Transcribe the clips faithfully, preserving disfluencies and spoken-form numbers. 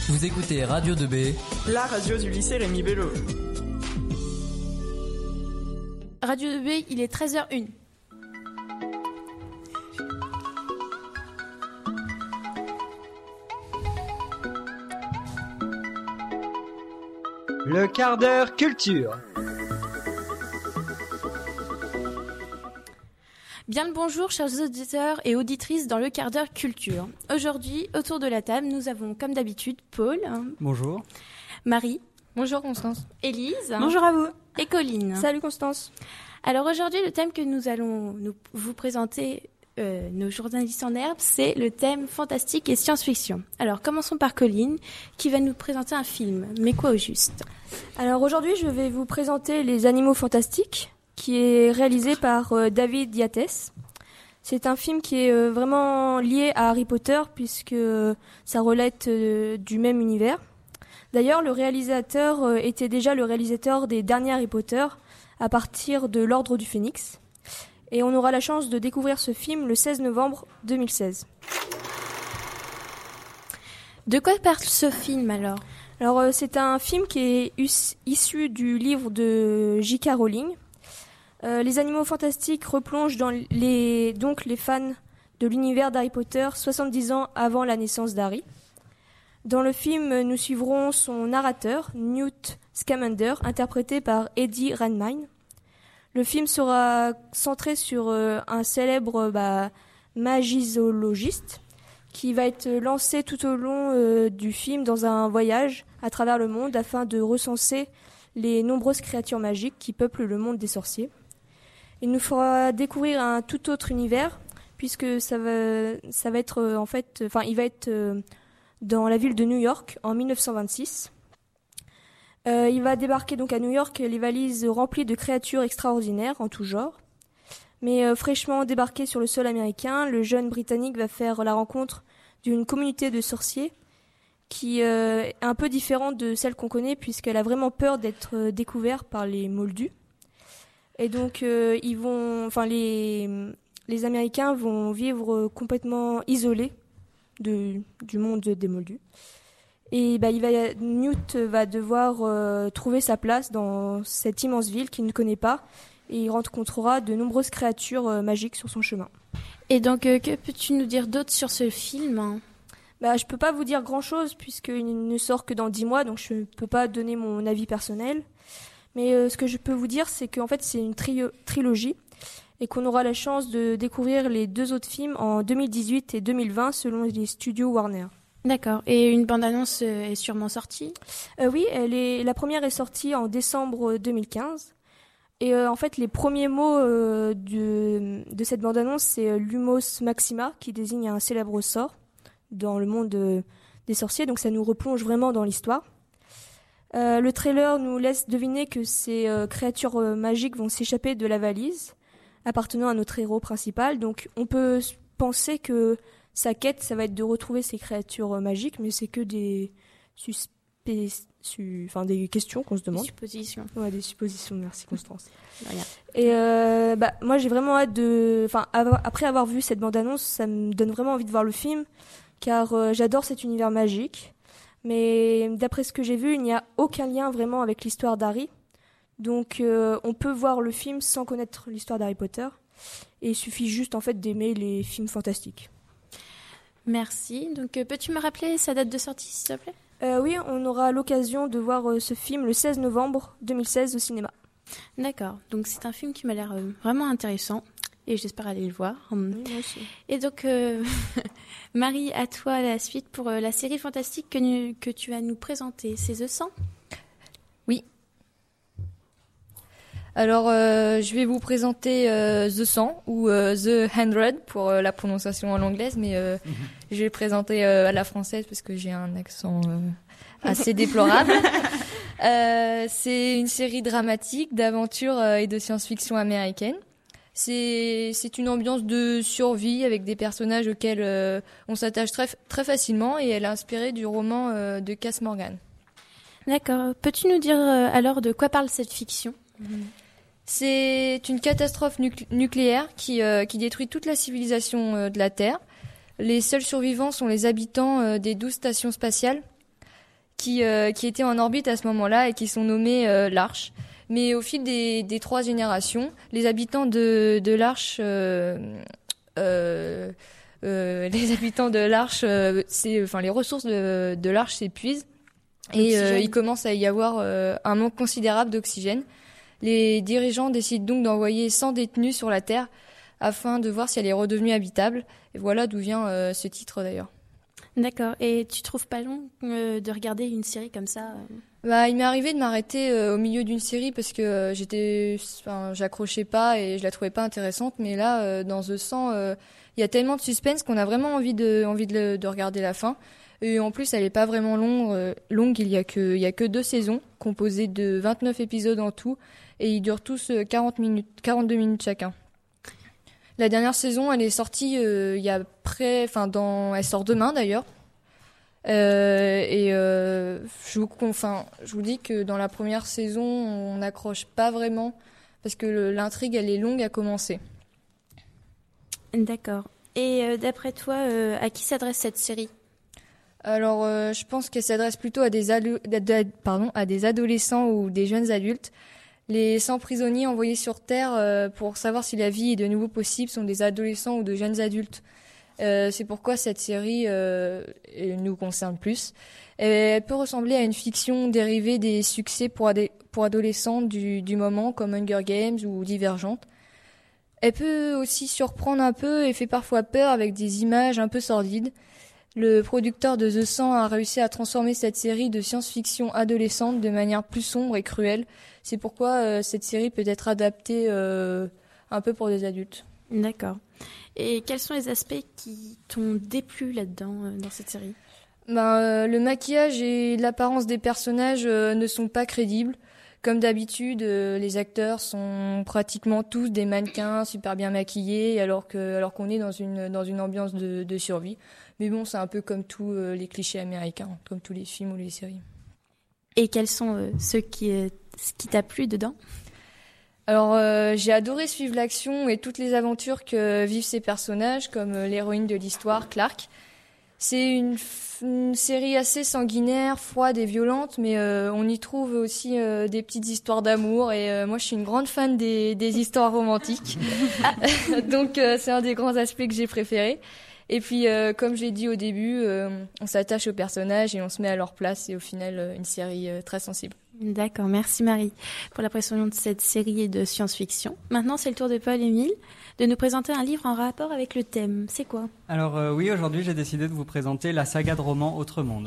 Vous écoutez Radio deux B, la radio du lycée Rémi Bello. Radio deux B, il est treize heures une. Le quart d'heure culture. Bien le bonjour, chers auditeurs et auditrices dans le quart d'heure culture. Aujourd'hui, autour de la table, nous avons comme d'habitude Paul. Bonjour. Marie. Bonjour Constance. Élise. Bonjour à vous. Et Colline. Salut Constance. Alors aujourd'hui, le thème que nous allons nous, vous présenter, euh, nos journalistes en herbe, c'est le thème fantastique et science-fiction. Alors commençons par Colline, qui va nous présenter un film. Mais quoi au juste ? Alors aujourd'hui, je vais vous présenter Les Animaux Fantastiques, qui est réalisé par euh, David Yates. C'est un film qui est euh, vraiment lié à Harry Potter, puisque euh, ça relate euh, du même univers. D'ailleurs, le réalisateur euh, était déjà le réalisateur des derniers Harry Potter, à partir de l'Ordre du Phénix. Et on aura la chance de découvrir ce film le seize novembre deux mille seize. De quoi parle ce film alors ? Alors, euh, c'est un film qui est us- issu du livre de J K Rowling. Euh, les Animaux Fantastiques replongent dans les, donc les fans de l'univers d'Harry Potter soixante-dix ans avant la naissance d'Harry. Dans le film, nous suivrons son narrateur, Newt Scamander, interprété par Eddie Redmayne. Le film sera centré sur euh, un célèbre bah, magizoologiste qui va être lancé tout au long euh, du film dans un voyage à travers le monde afin de recenser les nombreuses créatures magiques qui peuplent le monde des sorciers. Il nous fera découvrir un tout autre univers, puisque ça va, ça va être euh, en fait, enfin, il va être euh, dans la ville de New York en mille neuf cent vingt-six. Euh, il va débarquer donc à New York, les valises remplies de créatures extraordinaires en tout genre. Mais euh, fraîchement débarqué sur le sol américain, le jeune Britannique va faire la rencontre d'une communauté de sorciers qui euh, est un peu différente de celle qu'on connaît, puisqu'elle a vraiment peur d'être euh, découverte par les Moldus. Et donc, euh, ils vont, enfin, les, les Américains vont vivre complètement isolés de, du monde des Moldus. Et bah, il va, Newt va devoir euh, trouver sa place dans cette immense ville qu'il ne connaît pas. Et il rencontrera de nombreuses créatures euh, magiques sur son chemin. Et donc, euh, que peux-tu nous dire d'autre sur ce film ? Bah, je peux pas vous dire grand-chose puisqu'il ne sort que dans dix mois, donc je ne peux pas donner mon avis personnel. Mais euh, ce que je peux vous dire, c'est qu'en fait, c'est une tri- trilogie et qu'on aura la chance de découvrir les deux autres films en deux mille dix-huit et deux mille vingt selon les studios Warner. D'accord. Et une bande-annonce est sûrement sortie ? euh, Oui, elle est, la première est sortie en décembre deux mille quinze. Et euh, en fait, les premiers mots euh, de, de cette bande-annonce, c'est euh, Lumos Maxima, qui désigne un célèbre sort dans le monde euh, des sorciers. Donc ça nous replonge vraiment dans l'histoire. Euh, le trailer nous laisse deviner que ces euh, créatures euh, magiques vont s'échapper de la valise appartenant à notre héros principal. Donc on peut penser que sa quête, ça va être de retrouver ces créatures euh, magiques, mais c'est que des suspects, su... enfin des questions qu'on se demande. Des suppositions. Ouais, des suppositions. Merci Constance. Rien. Et euh, bah moi j'ai vraiment hâte de, enfin av- après avoir vu cette bande-annonce, ça me donne vraiment envie de voir le film, car euh, j'adore cet univers magique. Mais d'après ce que j'ai vu, il n'y a aucun lien vraiment avec l'histoire d'Harry. Donc euh, on peut voir le film sans connaître l'histoire d'Harry Potter. Et il suffit juste en fait d'aimer les films fantastiques. Merci. Donc euh, peux-tu me rappeler sa date de sortie, s'il te plaît ? euh, Oui, on aura l'occasion de voir euh, ce film le seize novembre deux mille seize au cinéma. D'accord. Donc c'est un film qui m'a l'air euh, vraiment intéressant. Et j'espère aller le voir. Oui, moi aussi. Et donc, euh, Marie, à toi la suite pour euh, la série fantastique que, nu- que tu vas nous présenter. C'est The cent ? Oui. Alors, euh, je vais vous présenter euh, The cent ou euh, The cent pour euh, la prononciation en anglaise, mais euh, mm-hmm. je vais le présenter euh, à la française parce que j'ai un accent euh, assez déplorable. euh, c'est une série dramatique, d'aventure euh, et de science-fiction américaine. C'est, c'est une ambiance de survie avec des personnages auxquels euh, on s'attache très, très facilement et elle est inspirée du roman euh, de Cass Morgan. D'accord. Peux-tu nous dire euh, alors de quoi parle cette fiction ? C'est une catastrophe nuc- nucléaire qui, euh, qui détruit toute la civilisation euh, de la Terre. Les seuls survivants sont les habitants euh, des douze stations spatiales. qui, euh, qui étaient en orbite à ce moment-là et qui sont nommés euh, l'Arche. Mais au fil des, des trois générations, les habitants de, de l'Arche, euh, euh, euh, les habitants de l'Arche, euh, c'est, enfin les ressources de, de l'Arche s'épuisent et euh, il commence à y avoir euh, un manque considérable d'oxygène. Les dirigeants décident donc d'envoyer cent détenus sur la Terre afin de voir si elle est redevenue habitable. Et voilà d'où vient euh, ce titre d'ailleurs. D'accord. Et tu trouves pas long euh, de regarder une série comme ça euh... Bah, il m'est arrivé de m'arrêter euh, au milieu d'une série parce que euh, j'étais, enfin, j'accrochais pas et je la trouvais pas intéressante. Mais là, euh, dans The cent, il euh, y a tellement de suspense qu'on a vraiment envie de, envie de, le, de regarder la fin. Et en plus, elle est pas vraiment longue. Euh, longue, il y a que, il y a que deux saisons composées de vingt-neuf épisodes en tout, et ils durent tous euh, quarante minutes, quarante-deux minutes chacun. La dernière saison, elle est sortie euh, il y a près, enfin, dans, elle sort demain d'ailleurs. Euh, et euh, je vous, enfin, je vous dis que dans la première saison, on n'accroche pas vraiment parce que le, l'intrigue, elle est longue à commencer. D'accord. Et euh, d'après toi, euh, à qui s'adresse cette série ? Alors, euh, je pense qu'elle s'adresse plutôt à des, ado- pardon, à des adolescents ou des jeunes adultes. Les cent prisonniers envoyés sur Terre euh, pour savoir si la vie est de nouveau possible sont des adolescents ou de jeunes adultes. Euh, c'est pourquoi cette série euh, nous concerne plus. Elle peut ressembler à une fiction dérivée des succès pour, ad- pour adolescents du, du moment, comme Hunger Games ou Divergente. Elle peut aussi surprendre un peu et fait parfois peur avec des images un peu sordides. Le producteur de The cent a réussi à transformer cette série de science-fiction adolescente de manière plus sombre et cruelle. C'est pourquoi euh, cette série peut être adaptée euh, un peu pour des adultes. D'accord. Et quels sont les aspects qui t'ont déplu là-dedans, euh, dans cette série ? Ben, euh, le maquillage et l'apparence des personnages euh, ne sont pas crédibles. Comme d'habitude, euh, les acteurs sont pratiquement tous des mannequins super bien maquillés, alors que alors qu'on est dans une dans une ambiance de, de survie. Mais bon, c'est un peu comme tous euh, les clichés américains, comme tous les films ou les séries. Et quels sont euh, ceux qui euh, ce qui t'a plu dedans ? Alors, euh, j'ai adoré suivre l'action et toutes les aventures que vivent ces personnages, comme euh, l'héroïne de l'histoire, Clark. C'est une, f- une série assez sanguinaire, froide et violente, mais euh, on y trouve aussi euh, des petites histoires d'amour. Et euh, moi, je suis une grande fan des, des histoires romantiques. Donc, euh, c'est un des grands aspects que j'ai préférés. Et puis, euh, comme j'ai dit au début, euh, on s'attache aux personnages et on se met à leur place. Et au final, euh, une série euh, très sensible. D'accord, merci Marie pour la présentation de cette série de science-fiction. Maintenant, c'est le tour de Paul-Émile de nous présenter un livre en rapport avec le thème. C'est quoi ? Alors euh, oui, aujourd'hui j'ai décidé de vous présenter la saga de romans Autre Monde.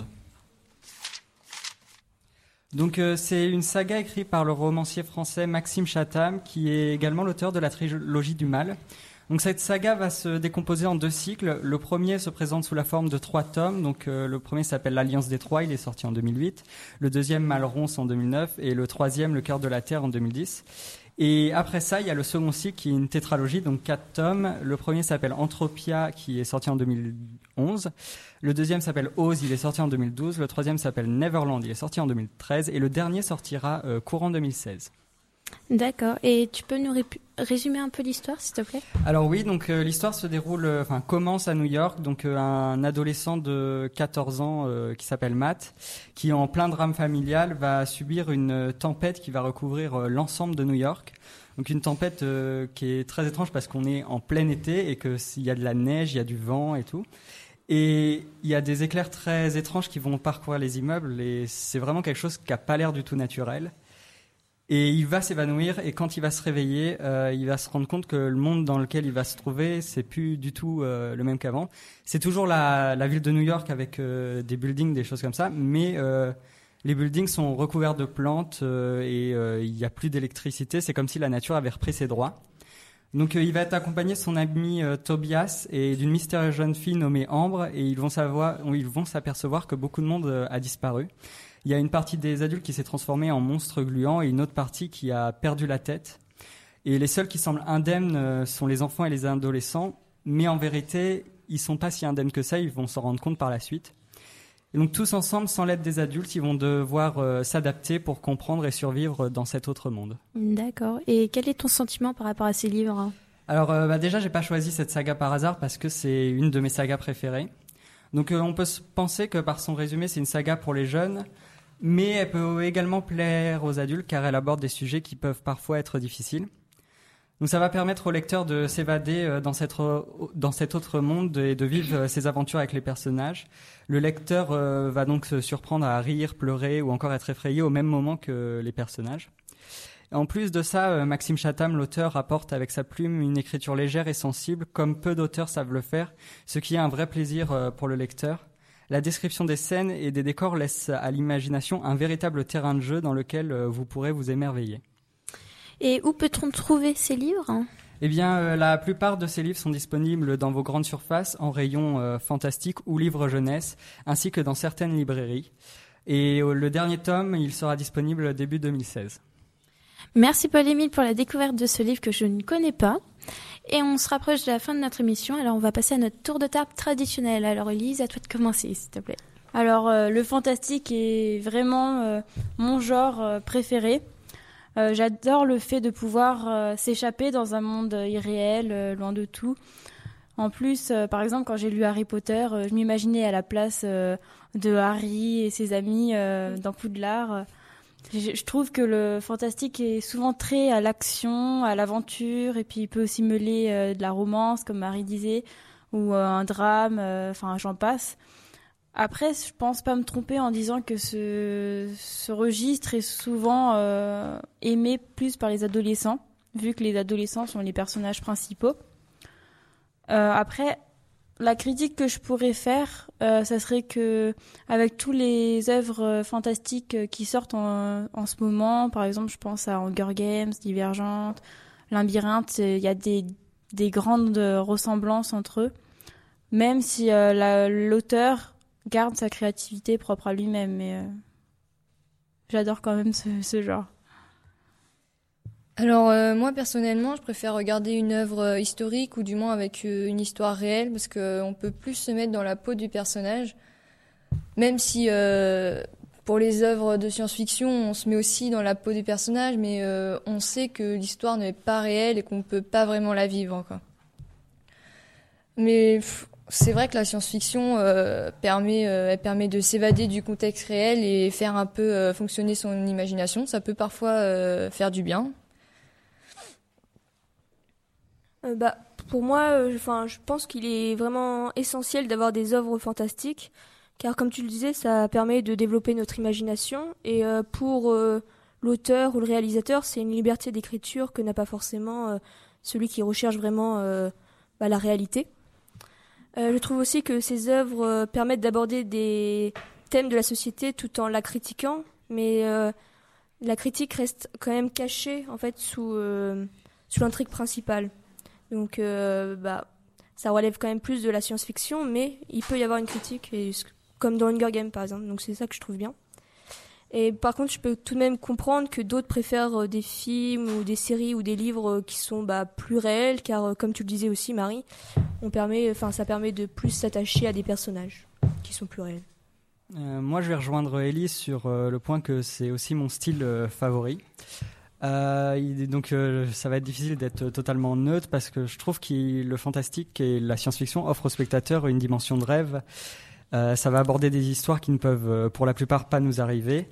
Donc euh, c'est une saga écrite par le romancier français Maxime Chatham, qui est également l'auteur de la trilogie du Mal. Donc cette saga va se décomposer en deux cycles. Le premier se présente sous la forme de trois tomes. Donc euh, le premier s'appelle l'Alliance des Trois, il est sorti en deux mille huit. Le deuxième, Malronce, en deux mille neuf. Et le troisième, Le Cœur de la Terre, en deux mille dix. Et après ça, il y a le second cycle qui est une tétralogie, donc quatre tomes. Le premier s'appelle Entropia, qui est sorti en deux mille onze. Le deuxième s'appelle Oz, il est sorti en deux mille douze. Le troisième s'appelle Neverland, il est sorti en deux mille treize. Et le dernier sortira euh, courant deux mille seize. D'accord. Et tu peux nous ré- résumer un peu l'histoire, s'il te plaît ? Alors oui, donc euh, l'histoire se déroule, euh, enfin commence à New York. Donc euh, un adolescent de quatorze ans euh, qui s'appelle Matt, qui en plein drame familial va subir une euh, tempête qui va recouvrir euh, l'ensemble de New York. Donc une tempête euh, qui est très étrange parce qu'on est en plein été et que s'il y a de la neige, il y a du vent et tout. Et il y a des éclairs très étranges qui vont parcourir les immeubles et c'est vraiment quelque chose qui n'a pas l'air du tout naturel. Et il va s'évanouir et quand il va se réveiller, euh, il va se rendre compte que le monde dans lequel il va se trouver, c'est plus du tout euh, le même qu'avant. C'est toujours la, la ville de New York avec euh, des buildings, des choses comme ça, mais euh, les buildings sont recouverts de plantes euh, et euh, il n'y a plus d'électricité. C'est comme si la nature avait repris ses droits. Donc euh, il va être accompagné de son ami euh, Tobias et d'une mystérieuse jeune fille nommée Ambre et ils vont savoir, ils vont s'apercevoir que beaucoup de monde euh, a disparu. Il y a une partie des adultes qui s'est transformée en monstre gluant et une autre partie qui a perdu la tête. Et les seuls qui semblent indemnes sont les enfants et les adolescents. Mais en vérité, ils ne sont pas si indemnes que ça, ils vont s'en rendre compte par la suite. Et donc tous ensemble, sans l'aide des adultes, ils vont devoir euh, s'adapter pour comprendre et survivre dans cet autre monde. D'accord. Et quel est ton sentiment par rapport à ces livres ? Alors euh, bah déjà, j'ai pas choisi cette saga par hasard parce que c'est une de mes sagas préférées. Donc euh, on peut penser que par son résumé, c'est une saga pour les jeunes, mais elle peut également plaire aux adultes car elle aborde des sujets qui peuvent parfois être difficiles. Donc ça va permettre au lecteur de s'évader dans, cette, dans cet autre monde et de vivre ses aventures avec les personnages. Le lecteur euh, va donc se surprendre à rire, pleurer ou encore être effrayé au même moment que les personnages. En plus de ça, Maxime Chatham, l'auteur, apporte avec sa plume une écriture légère et sensible, comme peu d'auteurs savent le faire, ce qui est un vrai plaisir pour le lecteur. La description des scènes et des décors laisse à l'imagination un véritable terrain de jeu dans lequel vous pourrez vous émerveiller. Et où peut-on trouver ces livres ? Eh bien, euh, la plupart de ces livres sont disponibles dans vos grandes surfaces, en rayon euh, fantastique ou livres jeunesse, ainsi que dans certaines librairies. Et euh, le dernier tome, il sera disponible début deux mille seize. Merci Paul-Émile pour la découverte de ce livre que je ne connais pas. Et on se rapproche de la fin de notre émission, alors on va passer à notre tour de table traditionnel. Alors Elise, à toi de commencer, s'il te plaît. Alors, euh, le fantastique est vraiment euh, mon genre euh, préféré. Euh, j'adore le fait de pouvoir euh, s'échapper dans un monde euh, irréel, euh, loin de tout. En plus, euh, par exemple, quand j'ai lu Harry Potter, euh, je m'imaginais à la place euh, de Harry et ses amis euh, dans Poudlard. Je, je trouve que le fantastique est souvent très à l'action, à l'aventure, et puis il peut aussi mêler euh, de la romance, comme Marie disait, ou euh, un drame, enfin euh, j'en passe. Après, je pense pas me tromper en disant que ce, ce registre est souvent euh, aimé plus par les adolescents, vu que les adolescents sont les personnages principaux. Euh, après, la critique que je pourrais faire, euh, ça serait que avec tous les œuvres fantastiques qui sortent en, en ce moment, par exemple, je pense à Hunger Games, Divergente, Labyrinthe, il y a des, des grandes ressemblances entre eux, même si euh, la, l'auteur garde sa créativité propre à lui-même, mais euh, j'adore quand même ce, ce genre. Alors euh, moi personnellement, je préfère regarder une œuvre euh, historique ou du moins avec euh, une histoire réelle parce que on peut plus se mettre dans la peau du personnage, même si euh, pour les œuvres de science-fiction, on se met aussi dans la peau du personnage, mais euh, on sait que l'histoire n'est pas réelle et qu'on ne peut pas vraiment la vivre, quoi. Mais pff, c'est vrai que la science-fiction euh, permet, euh, elle permet de s'évader du contexte réel et faire un peu euh, fonctionner son imagination. Ça peut parfois euh, faire du bien. Euh, bah, pour moi, euh, enfin, je pense qu'il est vraiment essentiel d'avoir des œuvres fantastiques, car comme tu le disais, ça permet de développer notre imagination. Et euh, pour euh, l'auteur ou le réalisateur, c'est une liberté d'écriture que n'a pas forcément euh, celui qui recherche vraiment euh, bah, la réalité. Euh, je trouve aussi que ces œuvres euh, permettent d'aborder des thèmes de la société tout en la critiquant, mais euh, la critique reste quand même cachée en fait sous euh, sous l'intrigue principale. Donc, euh, bah, ça relève quand même plus de la science-fiction, mais il peut y avoir une critique, et, comme dans Hunger Games par exemple. Donc c'est ça que je trouve bien. Et par contre, je peux tout de même comprendre que d'autres préfèrent euh, des films ou des séries ou des livres euh, qui sont bah, plus réels, car euh, comme tu le disais aussi, Marie, on permet, enfin, ça permet de plus s'attacher à des personnages qui sont plus réels. Euh, moi, je vais rejoindre Elise sur euh, le point que c'est aussi mon style euh, favori. Euh, il, donc, euh, ça va être difficile d'être totalement neutre parce que je trouve que le fantastique et la science-fiction offrent au spectateur une dimension de rêve. Euh, ça va aborder des histoires qui ne peuvent, euh, pour la plupart, pas nous arriver.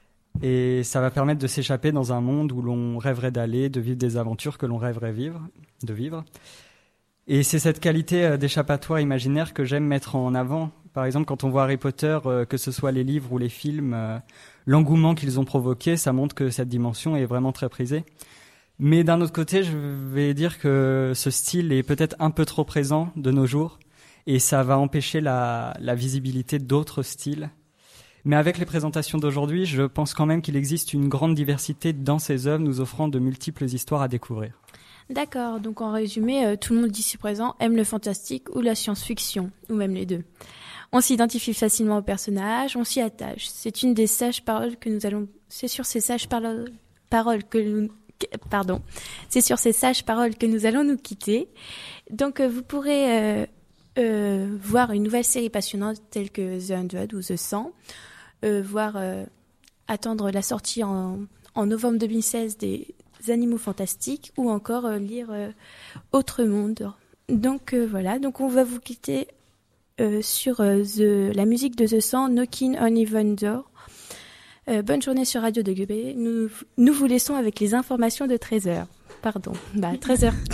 Et ça va permettre de s'échapper dans un monde où l'on rêverait d'aller, de vivre des aventures que l'on rêverait vivre, de vivre. Et c'est cette qualité euh, d'échappatoire imaginaire que j'aime mettre en avant. Par exemple, quand on voit Harry Potter, euh, que ce soit les livres ou les films, euh, l'engouement qu'ils ont provoqué, ça montre que cette dimension est vraiment très prisée. Mais d'un autre côté, je vais dire que ce style est peut-être un peu trop présent de nos jours. Et ça va empêcher la, la visibilité d'autres styles. Mais avec les présentations d'aujourd'hui, je pense quand même qu'il existe une grande diversité dans ces œuvres, nous offrant de multiples histoires à découvrir. D'accord, donc en résumé, euh, tout le monde ici présent aime le fantastique ou la science-fiction, ou même les deux. On s'identifie facilement aux personnages, on s'y attache. C'est une des sages paroles que nous allons... C'est sur ces sages paroles, paroles que nous... Pardon. C'est sur ces sages paroles que nous allons nous quitter. Donc euh, vous pourrez... Euh, Euh, voir une nouvelle série passionnante telle que The Hundred ou The cent, euh, voir euh, attendre la sortie en, en novembre deux mille seize des Animaux Fantastiques ou encore euh, lire euh, Autre Monde. Donc euh, voilà, donc on va vous quitter euh, sur euh, the, la musique de The cent, Knocking on Heaven's Door. Euh, bonne journée sur Radio deux B. Nous, nous vous laissons avec les informations de treize heures. Pardon, bah treize heures.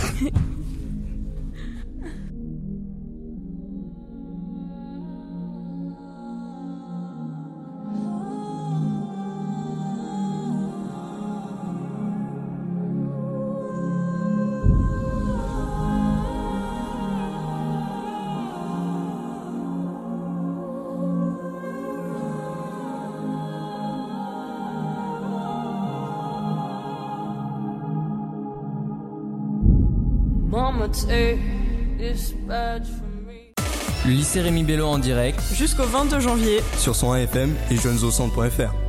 Le lycée Rémi Bello en direct Jusqu'au vingt-deux janvier sur son A F M et jeunes au centre point F R.